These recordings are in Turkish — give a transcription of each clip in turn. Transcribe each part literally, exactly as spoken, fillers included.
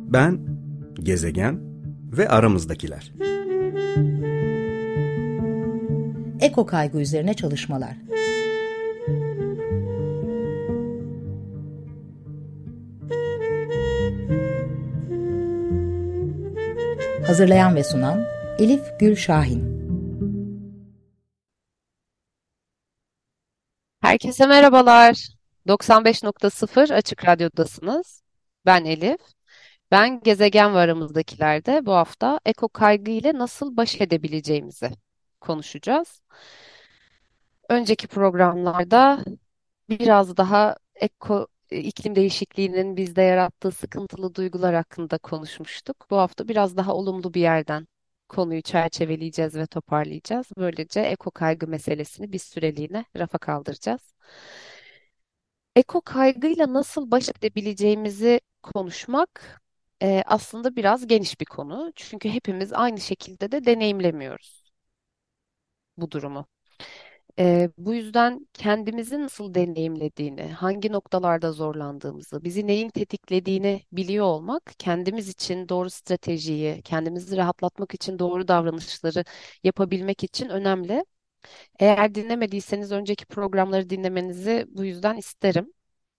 Ben, gezegen ve aramızdakiler. Eko kaygı üzerine çalışmalar. Hazırlayan ve sunan Elif Gül Şahin. Herkese merhabalar. doksan beş nokta sıfır Açık Radyo'dasınız. Ben Elif. Ben gezegen ve aramızdakilerde bu hafta eko kaygı ile nasıl baş edebileceğimizi konuşacağız. Önceki programlarda biraz daha eko iklim değişikliğinin bizde yarattığı sıkıntılı duygular hakkında konuşmuştuk. Bu hafta biraz daha olumlu bir yerden konuyu çerçeveleyeceğiz ve toparlayacağız. Böylece eko kaygı meselesini bir süreliğine rafa kaldıracağız. Eko kaygıyla nasıl baş edebileceğimizi konuşmak e, aslında biraz geniş bir konu. Çünkü hepimiz aynı şekilde de deneyimlemiyoruz bu durumu. E, bu yüzden kendimizi nasıl deneyimlediğini, hangi noktalarda zorlandığımızı, bizi neyin tetiklediğini biliyor olmak, kendimiz için doğru stratejiyi, kendimizi rahatlatmak için doğru davranışları yapabilmek için önemli. Eğer dinlemediyseniz önceki programları dinlemenizi bu yüzden isterim.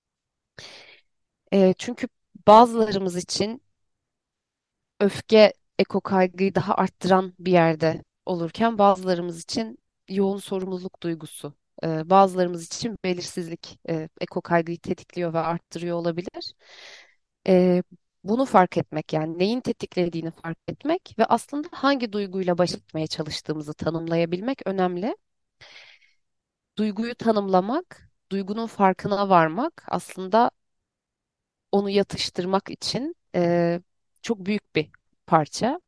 E, çünkü bazılarımız için öfke eko kaygıyı daha arttıran bir yerde olurken bazılarımız için yoğun sorumluluk duygusu, e, bazılarımız için belirsizlik e, eko kaygıyı tetikliyor ve arttırıyor olabilir. E, Bunu fark etmek yani neyin tetiklediğini fark etmek ve aslında hangi duyguyla baş etmeye çalıştığımızı tanımlayabilmek önemli. Duyguyu tanımlamak, duygunun farkına varmak aslında onu yatıştırmak için e, çok büyük bir parça.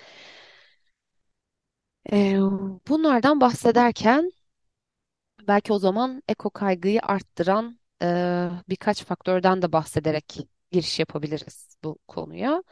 E, Bunlardan bahsederken belki o zaman eko kaygıyı arttıran e, birkaç faktörden de bahsederek giriş yapabiliriz bu konuya.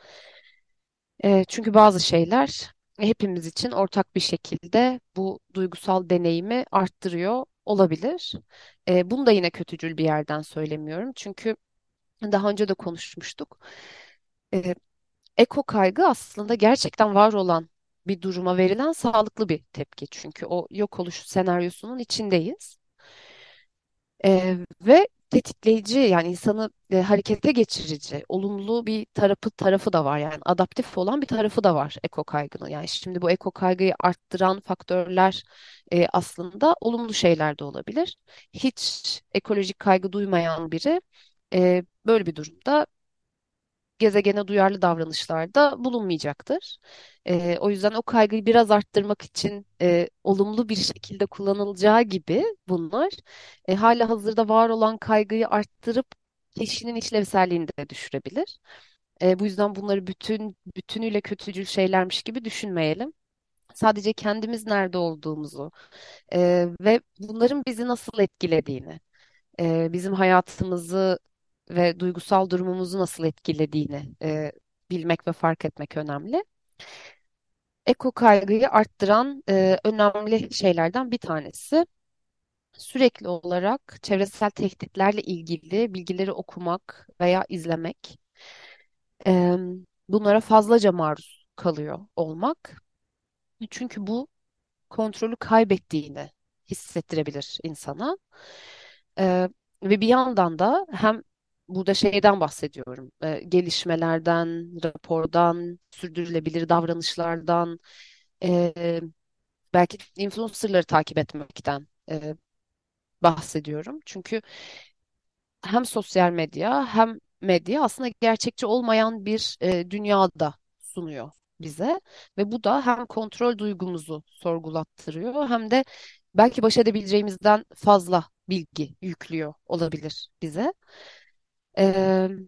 E, çünkü bazı şeyler hepimiz için ortak bir şekilde bu duygusal deneyimi arttırıyor olabilir. E, bunu da yine kötücül bir yerden söylemiyorum. Çünkü daha önce de konuşmuştuk. E, Eko kaygı aslında gerçekten var olan bir duruma verilen sağlıklı bir tepki. Çünkü o yok oluş senaryosunun içindeyiz. Ee, ve tetikleyici yani insanı e, harekete geçirici, olumlu bir tarafı tarafı da var. Yani adaptif olan bir tarafı da var eko kaygının. Yani şimdi bu eko kaygıyı arttıran faktörler e, aslında olumlu şeyler de olabilir. Hiç ekolojik kaygı duymayan biri e, böyle bir durumda gezegene duyarlı davranışlarda bulunmayacaktır. Ee, o yüzden o kaygıyı biraz arttırmak için e, olumlu bir şekilde kullanılacağı gibi bunlar e, hala hazırda var olan kaygıyı arttırıp kişinin işlevselliğini de düşürebilir. E, bu yüzden bunları bütün bütünüyle kötücül şeylermiş gibi düşünmeyelim. Sadece kendimiz nerede olduğumuzu e, ve bunların bizi nasıl etkilediğini e, bizim hayatımızı ve duygusal durumumuzu nasıl etkilediğini e, bilmek ve fark etmek önemli. Eko kaygıyı arttıran e, önemli şeylerden bir tanesi sürekli olarak çevresel tehditlerle ilgili bilgileri okumak veya izlemek. E, Bunlara fazlaca maruz kalıyor olmak. Çünkü bu kontrolü kaybettiğini hissettirebilir insana. Ee, Ve bir yandan da hem burada şeyden bahsediyorum, e, gelişmelerden, rapordan, sürdürülebilir davranışlardan, e, belki influencerları takip etmekten e, bahsediyorum. Çünkü hem sosyal medya hem medya aslında gerçekçi olmayan bir e, dünyada sunuyor bize ve bu da hem kontrol duygumuzu sorgulattırıyor hem de belki baş edebileceğimizden fazla bilgi yüklüyor olabilir bize. Ee,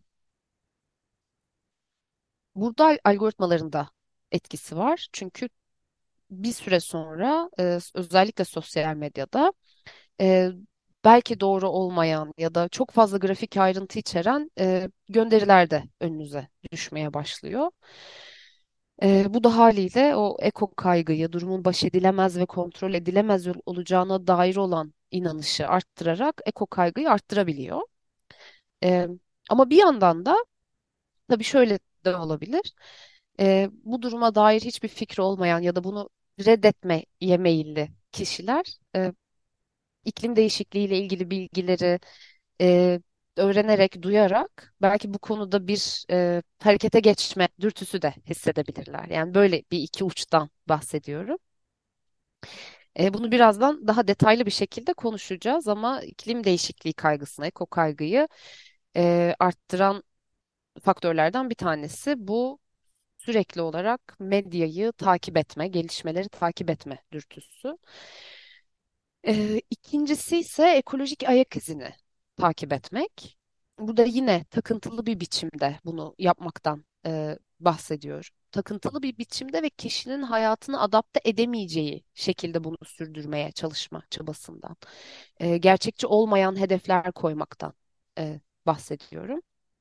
Burada algoritmaların da etkisi var. Çünkü bir süre sonra e, özellikle sosyal medyada e, belki doğru olmayan ya da çok fazla grafik ayrıntı içeren e, gönderiler de önünüze düşmeye başlıyor. E, bu da haliyle o eko kaygıyı, durumun baş edilemez ve kontrol edilemez ol- olacağına dair olan inanışı arttırarak eko kaygıyı arttırabiliyor. E, Ama bir yandan da tabii şöyle de olabilir. E, bu duruma dair hiçbir fikri olmayan ya da bunu reddetmeye meyilli kişiler e, iklim değişikliği ile ilgili bilgileri e, öğrenerek, duyarak belki bu konuda bir e, harekete geçme dürtüsü de hissedebilirler. Yani böyle bir iki uçtan bahsediyorum. E, bunu birazdan daha detaylı bir şekilde konuşacağız ama iklim değişikliği kaygısını, eko kaygıyı e, arttıran faktörlerden bir tanesi bu sürekli olarak medyayı takip etme, gelişmeleri takip etme dürtüsü. Ee, ikincisi ise ekolojik ayak izini takip etmek. Burada yine takıntılı bir biçimde bunu yapmaktan e, bahsediyor. Takıntılı bir biçimde ve kişinin hayatını adapte edemeyeceği şekilde bunu sürdürmeye çalışma çabasından. E, gerçekçi olmayan hedefler koymaktan e, bahsediyorum.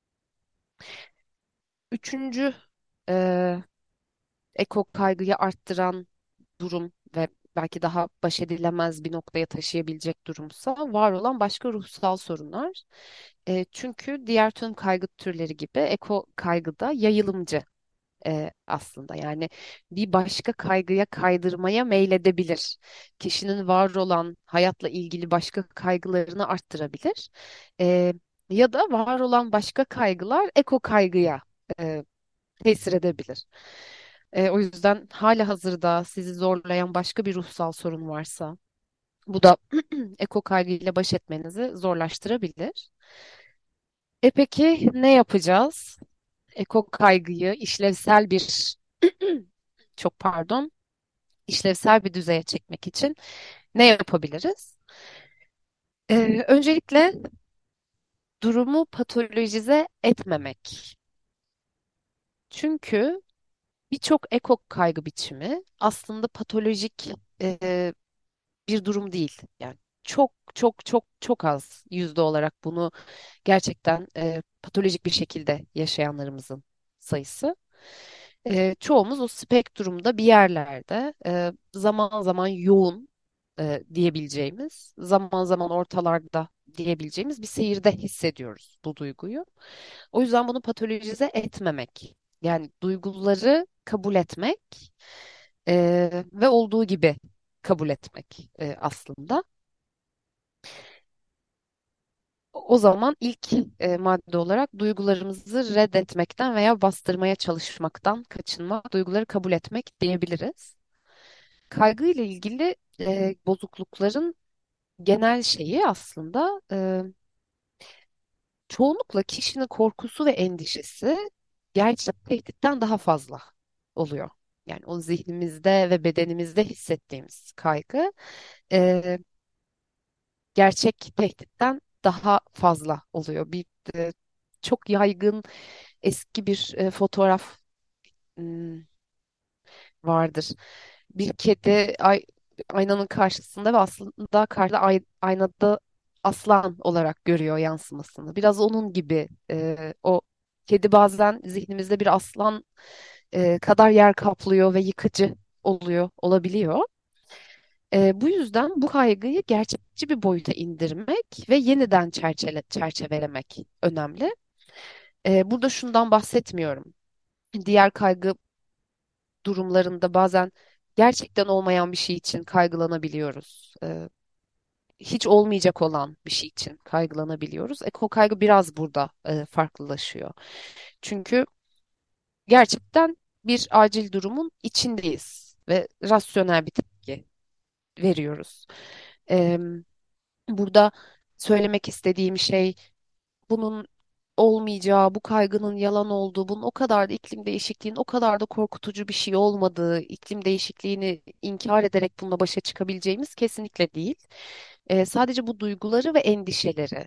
Üçüncü e, eko kaygıyı arttıran durum ve belki daha baş edilemez bir noktaya taşıyabilecek durumsa var olan başka ruhsal sorunlar. E, çünkü diğer tüm kaygı türleri gibi eko kaygı da yayılımcı e, aslında. Yani bir başka kaygıya kaydırmaya meyledebilir. Kişinin var olan hayatla ilgili başka kaygılarını arttırabilir. E, Ya da var olan başka kaygılar eko kaygıya e, tesir edebilir. E, o yüzden hala hazırda sizi zorlayan başka bir ruhsal sorun varsa bu da eko kaygıyla baş etmenizi zorlaştırabilir. E peki ne yapacağız? Eko kaygıyı işlevsel bir çok pardon, işlevsel bir düzeye çekmek için ne yapabiliriz? E, öncelikle durumu patolojize etmemek. Çünkü birçok eko kaygı biçimi aslında patolojik e, bir durum değil. Yani çok çok çok çok az yüzde olarak bunu gerçekten e, patolojik bir şekilde yaşayanlarımızın sayısı. E, çoğumuz o spektrumda bir yerlerde e, zaman zaman yoğun e, diyebileceğimiz, zaman zaman ortalarda diyebileceğimiz bir seyirde hissediyoruz bu duyguyu. O yüzden bunu patolojize etmemek, yani duyguları kabul etmek e, ve olduğu gibi kabul etmek e, aslında. O zaman ilk e, madde olarak duygularımızı reddetmekten veya bastırmaya çalışmaktan kaçınmak, duyguları kabul etmek diyebiliriz. Kaygı ile ilgili e, bozuklukların genel şeyi aslında e, çoğunlukla kişinin korkusu ve endişesi gerçek tehditten daha fazla oluyor. Yani o zihnimizde ve bedenimizde hissettiğimiz kaygı e, gerçek tehditten daha fazla oluyor. Bir e, çok yaygın eski bir e, fotoğraf hmm, vardır. Bir kedi ay- aynanın karşısında ve aslında karşıda ay- aynada aslan olarak görüyor yansımasını. Biraz onun gibi e, o kedi bazen zihnimizde bir aslan e, kadar yer kaplıyor ve yıkıcı oluyor, olabiliyor. E, bu yüzden bu kaygıyı gerçekçi bir boyuta indirmek ve yeniden çerçeve, çerçevelemek önemli. E, burada şundan bahsetmiyorum. Diğer kaygı durumlarında bazen gerçekten olmayan bir şey için kaygılanabiliyoruz. E, hiç olmayacak olan bir şey için kaygılanabiliyoruz. Eko kaygı biraz burada e, farklılaşıyor. Çünkü gerçekten bir acil durumun içindeyiz ve rasyonel bir tepki veriyoruz. E, Burada söylemek istediğim şey bunun olmayacağı, bu kaygının yalan olduğu, bunun o kadar da iklim değişikliğinin o kadar da korkutucu bir şey olmadığı, iklim değişikliğini inkar ederek bununla başa çıkabileceğimiz kesinlikle değil. Ee, sadece bu duyguları ve endişeleri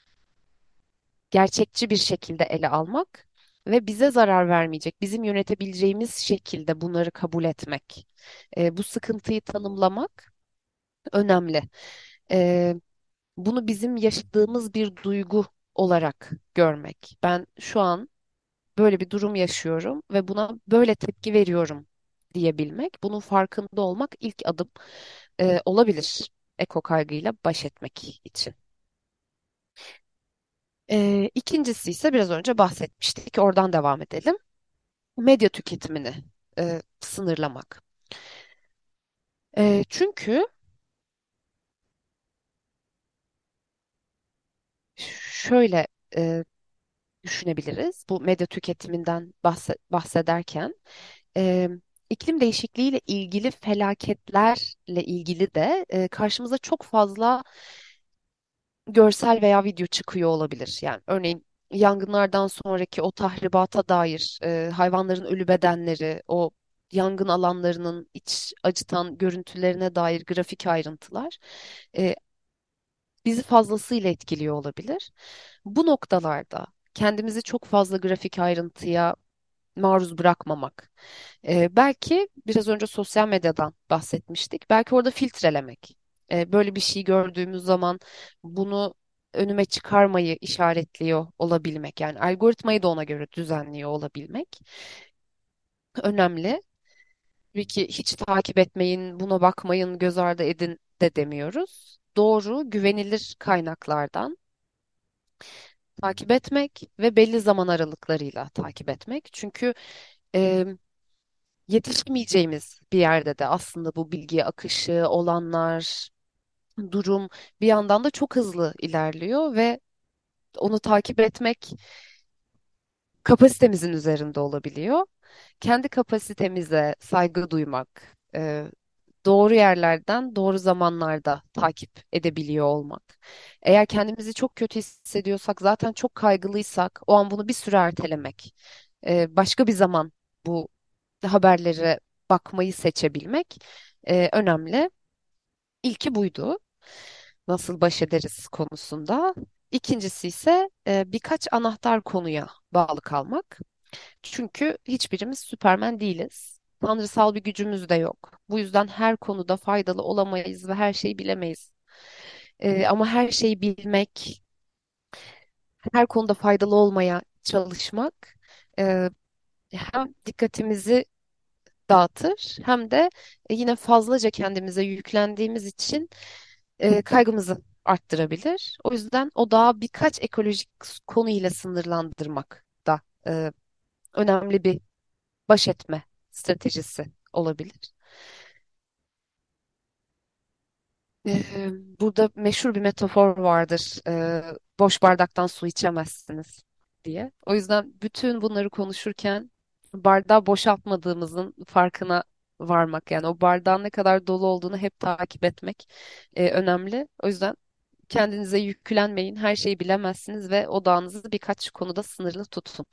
gerçekçi bir şekilde ele almak ve bize zarar vermeyecek, bizim yönetebileceğimiz şekilde bunları kabul etmek, Ee, bu sıkıntıyı tanımlamak önemli. Ee, Bunu bizim yaşadığımız bir duygu olarak görmek. Ben şu an böyle bir durum yaşıyorum ve buna böyle tepki veriyorum diyebilmek, bunun farkında olmak ilk adım e, olabilir eko kaygıyla baş etmek için. E, ikincisi ise biraz önce bahsetmiştik. Oradan devam edelim. medya tüketimini e, sınırlamak. E, çünkü şöyle e, düşünebiliriz bu medya tüketiminden bahse- bahsederken. E, iklim değişikliğiyle ilgili felaketlerle ilgili de e, karşımıza çok fazla görsel veya video çıkıyor olabilir. Yani örneğin yangınlardan sonraki o tahribata dair e, hayvanların ölü bedenleri, o yangın alanlarının iç acıtan görüntülerine dair grafik ayrıntılar e, bizi fazlasıyla etkiliyor olabilir. Bu noktalarda kendimizi çok fazla grafik ayrıntıya maruz bırakmamak. Ee, belki biraz önce sosyal medyadan bahsetmiştik. Belki orada filtrelemek. Ee, böyle bir şey gördüğümüz zaman bunu önüme çıkarmayı işaretliyor olabilmek. Yani algoritmayı da ona göre düzenliyor olabilmek önemli. Tabii ki hiç takip etmeyin, buna bakmayın, göz ardı edin de demiyoruz. Doğru, güvenilir kaynaklardan takip etmek ve belli zaman aralıklarıyla takip etmek. Çünkü e, yetişemeyeceğimiz bir yerde de aslında bu bilgi akışı, olanlar, durum bir yandan da çok hızlı ilerliyor ve onu takip etmek kapasitemizin üzerinde olabiliyor. Kendi kapasitemize saygı duymak, e, doğru yerlerden doğru zamanlarda takip edebiliyor olmak. Eğer kendimizi çok kötü hissediyorsak, zaten çok kaygılıysak, o an bunu bir süre ertelemek, e, başka bir zaman bu haberlere bakmayı seçebilmek e, önemli. İlki buydu. Nasıl baş ederiz konusunda. İkincisi ise e, birkaç anahtar konuya bağlı kalmak. Çünkü hiçbirimiz Süpermen değiliz. Tanrısal bir gücümüz de yok. Bu yüzden her konuda faydalı olamayız ve her şeyi bilemeyiz. E, ama her şeyi bilmek, her konuda faydalı olmaya çalışmak e, hem dikkatimizi dağıtır hem de e, yine fazlaca kendimize yüklendiğimiz için e, kaygımızı arttırabilir. O yüzden o dağı birkaç ekolojik konu ile sınırlandırmak da e, önemli bir baş etme stratejisi olabilir. E, burada meşhur bir metafor vardır. E, boş bardaktan su içemezsiniz diye. O yüzden bütün bunları konuşurken bardağı boşaltmadığımızın farkına varmak, yani o bardağın ne kadar dolu olduğunu hep takip etmek e, önemli. O yüzden kendinize yüklenmeyin, her şeyi bilemezsiniz ve odağınızı birkaç konuda sınırlı tutun.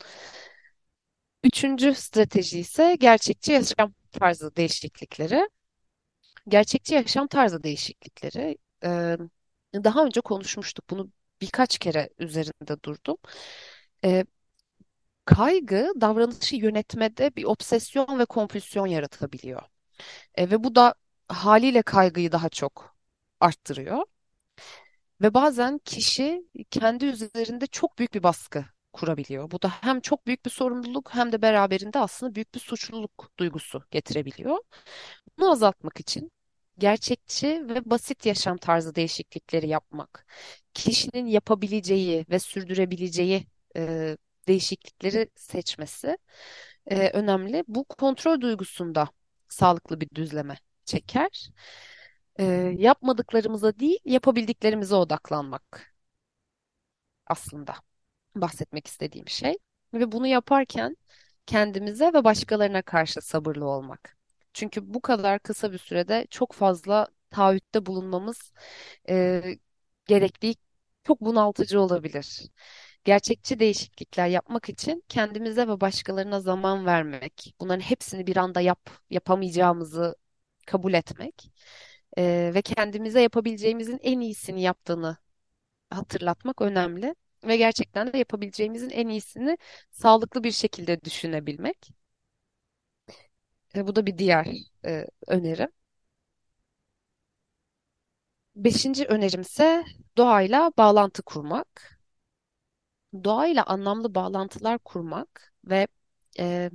Üçüncü strateji ise gerçekçi yaşam tarzı değişiklikleri. Gerçekçi yaşam tarzı değişiklikleri. e, daha önce konuşmuştuk bunu, birkaç kere üzerinde durdum. E, kaygı davranışı yönetmede bir obsesyon ve kompulsiyon yaratabiliyor. E, ve bu da haliyle kaygıyı daha çok arttırıyor. Ve bazen kişi kendi üzerinde çok büyük bir baskı kurabiliyor. Bu da hem çok büyük bir sorumluluk hem de beraberinde aslında büyük bir suçluluk duygusu getirebiliyor. Bunu azaltmak için gerçekçi ve basit yaşam tarzı değişiklikleri yapmak, kişinin yapabileceği ve sürdürebileceği e, değişiklikleri seçmesi e, önemli. Bu kontrol duygusunda sağlıklı bir düzleme çeker. E, yapmadıklarımıza değil, yapabildiklerimize odaklanmak aslında bahsetmek istediğim şey. Ve bunu yaparken kendimize ve başkalarına karşı sabırlı olmak. Çünkü bu kadar kısa bir sürede çok fazla taahhütte bulunmamız e, gerektiği çok bunaltıcı olabilir. Gerçekçi değişiklikler yapmak için kendimize ve başkalarına zaman vermek, bunların hepsini bir anda yap, yapamayacağımızı kabul etmek e, ve kendimize yapabileceğimizin en iyisini yaptığını hatırlatmak önemli ve gerçekten de yapabileceğimizin en iyisini sağlıklı bir şekilde düşünebilmek. E, bu da bir diğer e, önerim. Beşinci önerimse doğayla bağlantı kurmak. Doğayla anlamlı bağlantılar kurmak ve e,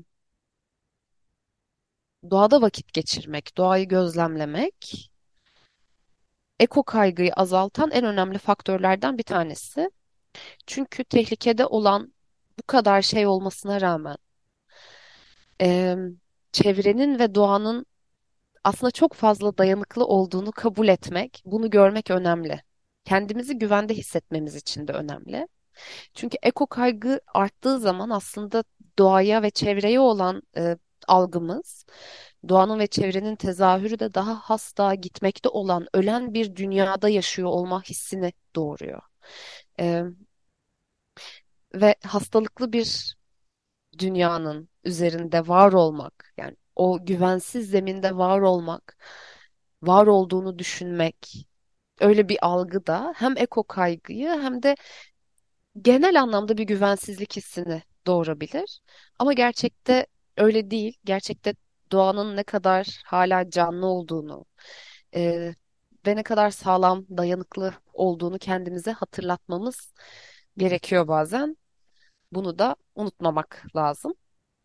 doğada vakit geçirmek, doğayı gözlemlemek, eko kaygıyı azaltan en önemli faktörlerden bir tanesi. Çünkü tehlikede olan bu kadar şey olmasına rağmen Ee, Çevrenin ve doğanın aslında çok fazla dayanıklı olduğunu kabul etmek, bunu görmek önemli. Kendimizi güvende hissetmemiz için de önemli. Çünkü eko kaygı arttığı zaman aslında doğaya ve çevreye olan e, algımız, doğanın ve çevrenin tezahürü de daha hasta, gitmekte olan, ölen bir dünyada yaşıyor olma hissini doğuruyor. E, Ve hastalıklı bir dünyanın üzerinde var olmak, yani o güvensiz zeminde var olmak, var olduğunu düşünmek, öyle bir algı da hem eko kaygıyı hem de genel anlamda bir güvensizlik hissini doğurabilir. Ama gerçekte öyle değil. Gerçekte doğanın ne kadar hala canlı olduğunu e, ve ne kadar sağlam, dayanıklı olduğunu kendimize hatırlatmamız gerekiyor bazen. Bunu da unutmamak lazım.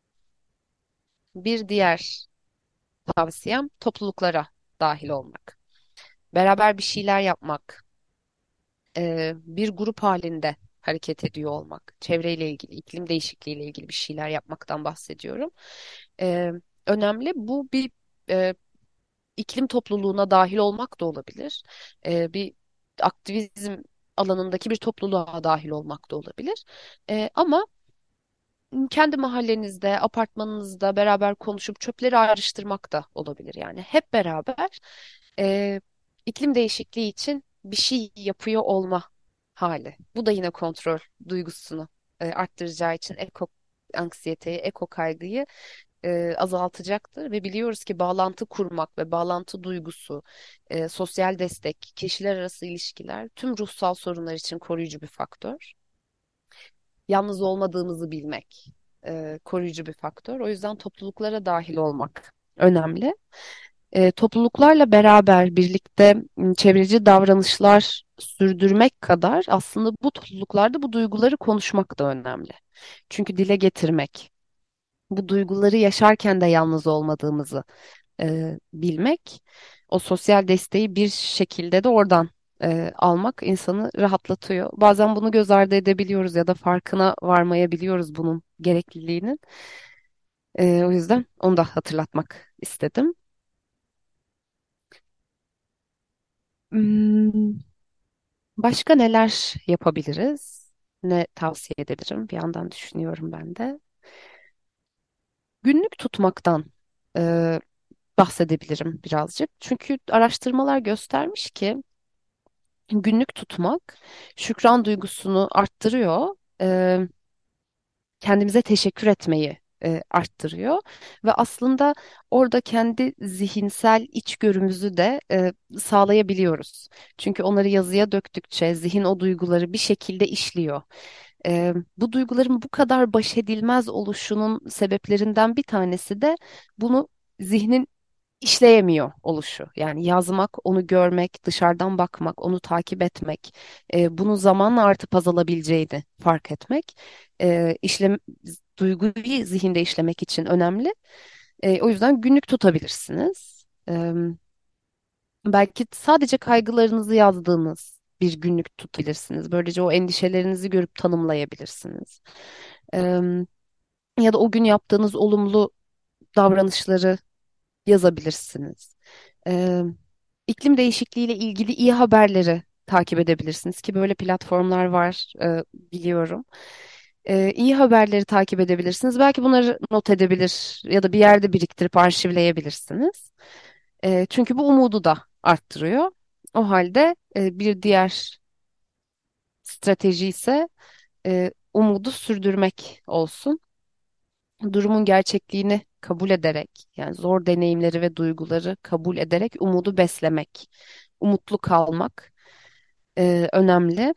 Bir diğer tavsiyem topluluklara dahil olmak. Beraber bir şeyler yapmak, e, bir grup halinde hareket ediyor olmak, çevreyle ilgili, iklim değişikliğiyle ilgili bir şeyler yapmaktan bahsediyorum. E, Önemli. Bu bir e, iklim topluluğuna dahil olmak da olabilir. E, bir aktivizm alanındaki bir topluluğa dahil olmak da olabilir. E, ama kendi mahallenizde, apartmanınızda beraber konuşup çöpleri ayrıştırmak da olabilir. Yani hep beraber e, iklim değişikliği için bir şey yapıyor olma hali. Bu da yine kontrol duygusunu e, arttıracağı için eko anksiyeteyi, eko kaygıyı e, azaltacaktır ve biliyoruz ki bağlantı kurmak ve bağlantı duygusu, e, sosyal destek, kişiler arası ilişkiler tüm ruhsal sorunlar için koruyucu bir faktör. Yalnız olmadığımızı bilmek e, koruyucu bir faktör. O yüzden topluluklara dahil olmak önemli. E, topluluklarla beraber birlikte m, çevreci davranışlar sürdürmek kadar aslında bu topluluklarda bu duyguları konuşmak da önemli. Çünkü dile getirmek, bu duyguları yaşarken de yalnız olmadığımızı e, bilmek, o sosyal desteği bir şekilde de oradan e, almak insanı rahatlatıyor. Bazen bunu göz ardı edebiliyoruz ya da farkına varmayabiliyoruz bunun gerekliliğinin. E, o yüzden onu da hatırlatmak istedim. Hmm, Başka neler yapabiliriz? Ne tavsiye edebilirim? Bir yandan düşünüyorum ben de. Günlük tutmaktan e, bahsedebilirim birazcık. Çünkü araştırmalar göstermiş ki günlük tutmak şükran duygusunu arttırıyor. Eee, Kendimize teşekkür etmeyi e, arttırıyor ve aslında orada kendi zihinsel içgörümüzü de e, sağlayabiliyoruz. Çünkü onları yazıya döktükçe zihin o duyguları bir şekilde işliyor. E, bu duyguların bu kadar baş edilmez oluşunun sebeplerinden bir tanesi de bunu zihnin işleyemiyor oluşu. Yani yazmak, onu görmek, dışarıdan bakmak, onu takip etmek, e, bunun zamanla artıp azalabileceğini fark etmek, e, işlem, duyguyu zihinde işlemek için önemli. E, o yüzden günlük tutabilirsiniz. E, Belki sadece kaygılarınızı yazdığınız bir günlük tutabilirsiniz. Böylece o endişelerinizi görüp tanımlayabilirsiniz. E, Ya da o gün yaptığınız olumlu davranışları yazabilirsiniz. Ee, iklim değişikliğiyle ilgili iyi haberleri takip edebilirsiniz ki böyle platformlar var e, biliyorum. Ee, iyi haberleri takip edebilirsiniz. Belki bunları not edebilir ya da bir yerde biriktirip arşivleyebilirsiniz. Ee, çünkü bu umudu da arttırıyor. O halde e, bir diğer strateji ise e, umudu sürdürmek olsun. Durumun gerçekliğini kabul ederek, yani zor deneyimleri ve duyguları kabul ederek umudu beslemek, umutlu kalmak e, önemli.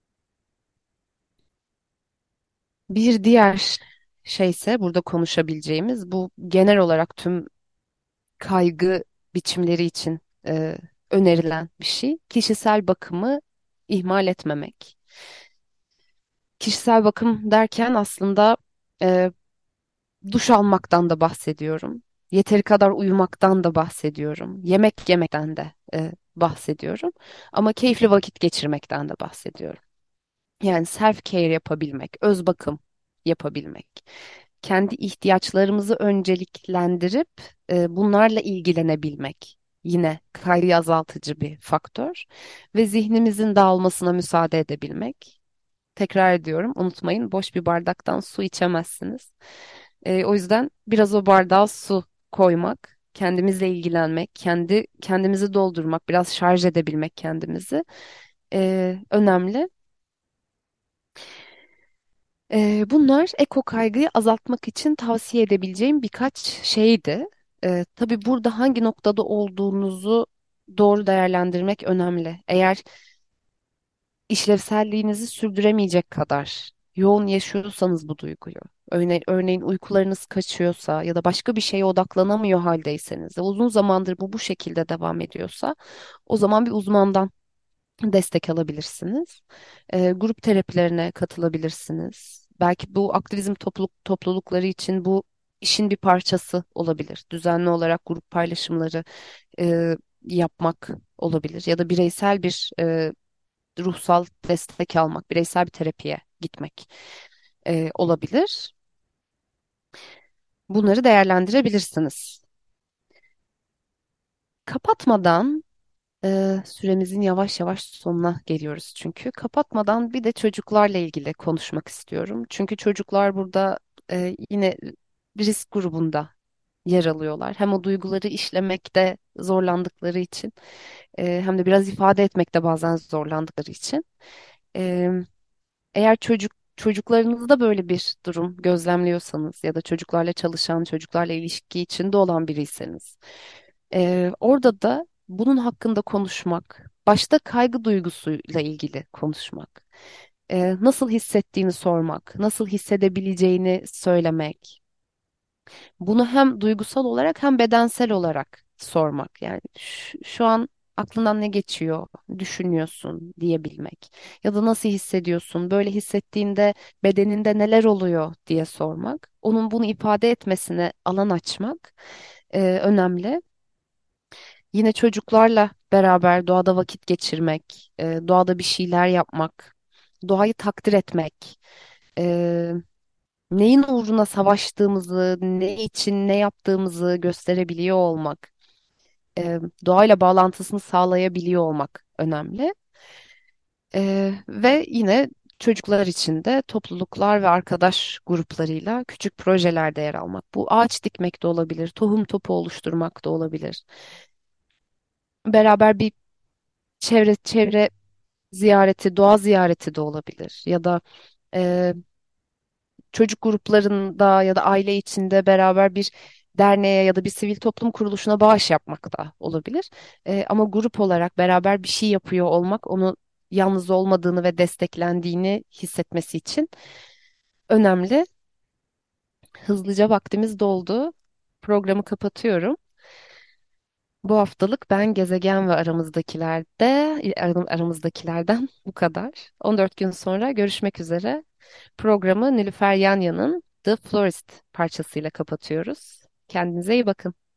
Bir diğer şeyse burada konuşabileceğimiz bu genel olarak tüm kaygı biçimleri için e, önerilen bir şey. Kişisel bakımı ihmal etmemek. Kişisel bakım derken aslında e, duş almaktan da bahsediyorum. Yeteri kadar uyumaktan da bahsediyorum. Yemek yemekten de e, bahsediyorum. Ama keyifli vakit geçirmekten de bahsediyorum. Yani self care yapabilmek, öz bakım yapabilmek. kendi ihtiyaçlarımızı önceliklendirip e, bunlarla ilgilenebilmek yine kaygıyı azaltıcı bir faktör ve zihnimizin dağılmasına müsaade edebilmek. Tekrar ediyorum, unutmayın boş bir bardaktan su içemezsiniz. E, o yüzden biraz o bardağa su koymak, kendimizle ilgilenmek, kendi kendimizi doldurmak, biraz şarj edebilmek kendimizi e, önemli. Ee, bunlar eko kaygıyı azaltmak için tavsiye edebileceğim birkaç şeydi. Ee, tabii burada hangi noktada olduğunuzu doğru değerlendirmek önemli. Eğer işlevselliğinizi sürdüremeyecek kadar yoğun yaşıyorsanız bu duyguyu, örneğin, örneğin uykularınız kaçıyorsa ya da başka bir şeye odaklanamıyor haldeyseniz ve uzun zamandır bu bu şekilde devam ediyorsa, o zaman bir uzmandan destek alabilirsiniz. Ee, grup terapilerine katılabilirsiniz. Belki bu aktivizm topluluk, toplulukları için bu işin bir parçası olabilir. Düzenli olarak grup paylaşımları e, yapmak olabilir. Ya da bireysel bir e, ruhsal destek almak, bireysel bir terapiye gitmek e, olabilir. Bunları değerlendirebilirsiniz. Kapatmadan Ee, süremizin yavaş yavaş sonuna geliyoruz çünkü. Kapatmadan bir de çocuklarla ilgili konuşmak istiyorum. Çünkü çocuklar burada e, yine risk grubunda yer alıyorlar. Hem o duyguları işlemekte zorlandıkları için e, hem de biraz ifade etmekte bazen zorlandıkları için. E, Eğer çocuk çocuklarınızda böyle bir durum gözlemliyorsanız ya da çocuklarla çalışan, çocuklarla ilişki içinde olan biriyseniz, ee, orada da bunun hakkında konuşmak, başta kaygı duygusuyla ilgili konuşmak, ee, nasıl hissettiğini sormak, nasıl hissedebileceğini söylemek, bunu hem duygusal olarak hem bedensel olarak sormak. Yani şu, şu an aklından ne geçiyor, düşünüyorsun diyebilmek ya da nasıl hissediyorsun, böyle hissettiğinde bedeninde neler oluyor diye sormak, onun bunu ifade etmesine alan açmak e, önemli. Yine çocuklarla beraber doğada vakit geçirmek, e, doğada bir şeyler yapmak, doğayı takdir etmek, e, neyin uğruna savaştığımızı, ne için ne yaptığımızı gösterebiliyor olmak, e, doğayla bağlantısını sağlayabiliyor olmak önemli. E, ve yine çocuklar için de topluluklar ve arkadaş gruplarıyla küçük projelerde yer almak. Bu ağaç dikmek de olabilir, tohum topu oluşturmak da olabilir. Beraber bir çevre çevre ziyareti, doğa ziyareti de olabilir. Ya da e, çocuk gruplarında ya da aile içinde beraber bir derneğe ya da bir sivil toplum kuruluşuna bağış yapmak da olabilir. E, ama grup olarak beraber bir şey yapıyor olmak onu yalnız olmadığını ve desteklendiğini hissetmesi için önemli. Hızlıca vaktimiz doldu. Programı kapatıyorum. Bu haftalık ben gezegen ve aramızdakilerde aram- aramızdakilerden bu kadar. on dört gün sonra görüşmek üzere. Programı Nilüfer Yanya'nın The Florist parçasıyla kapatıyoruz. Kendinize iyi bakın.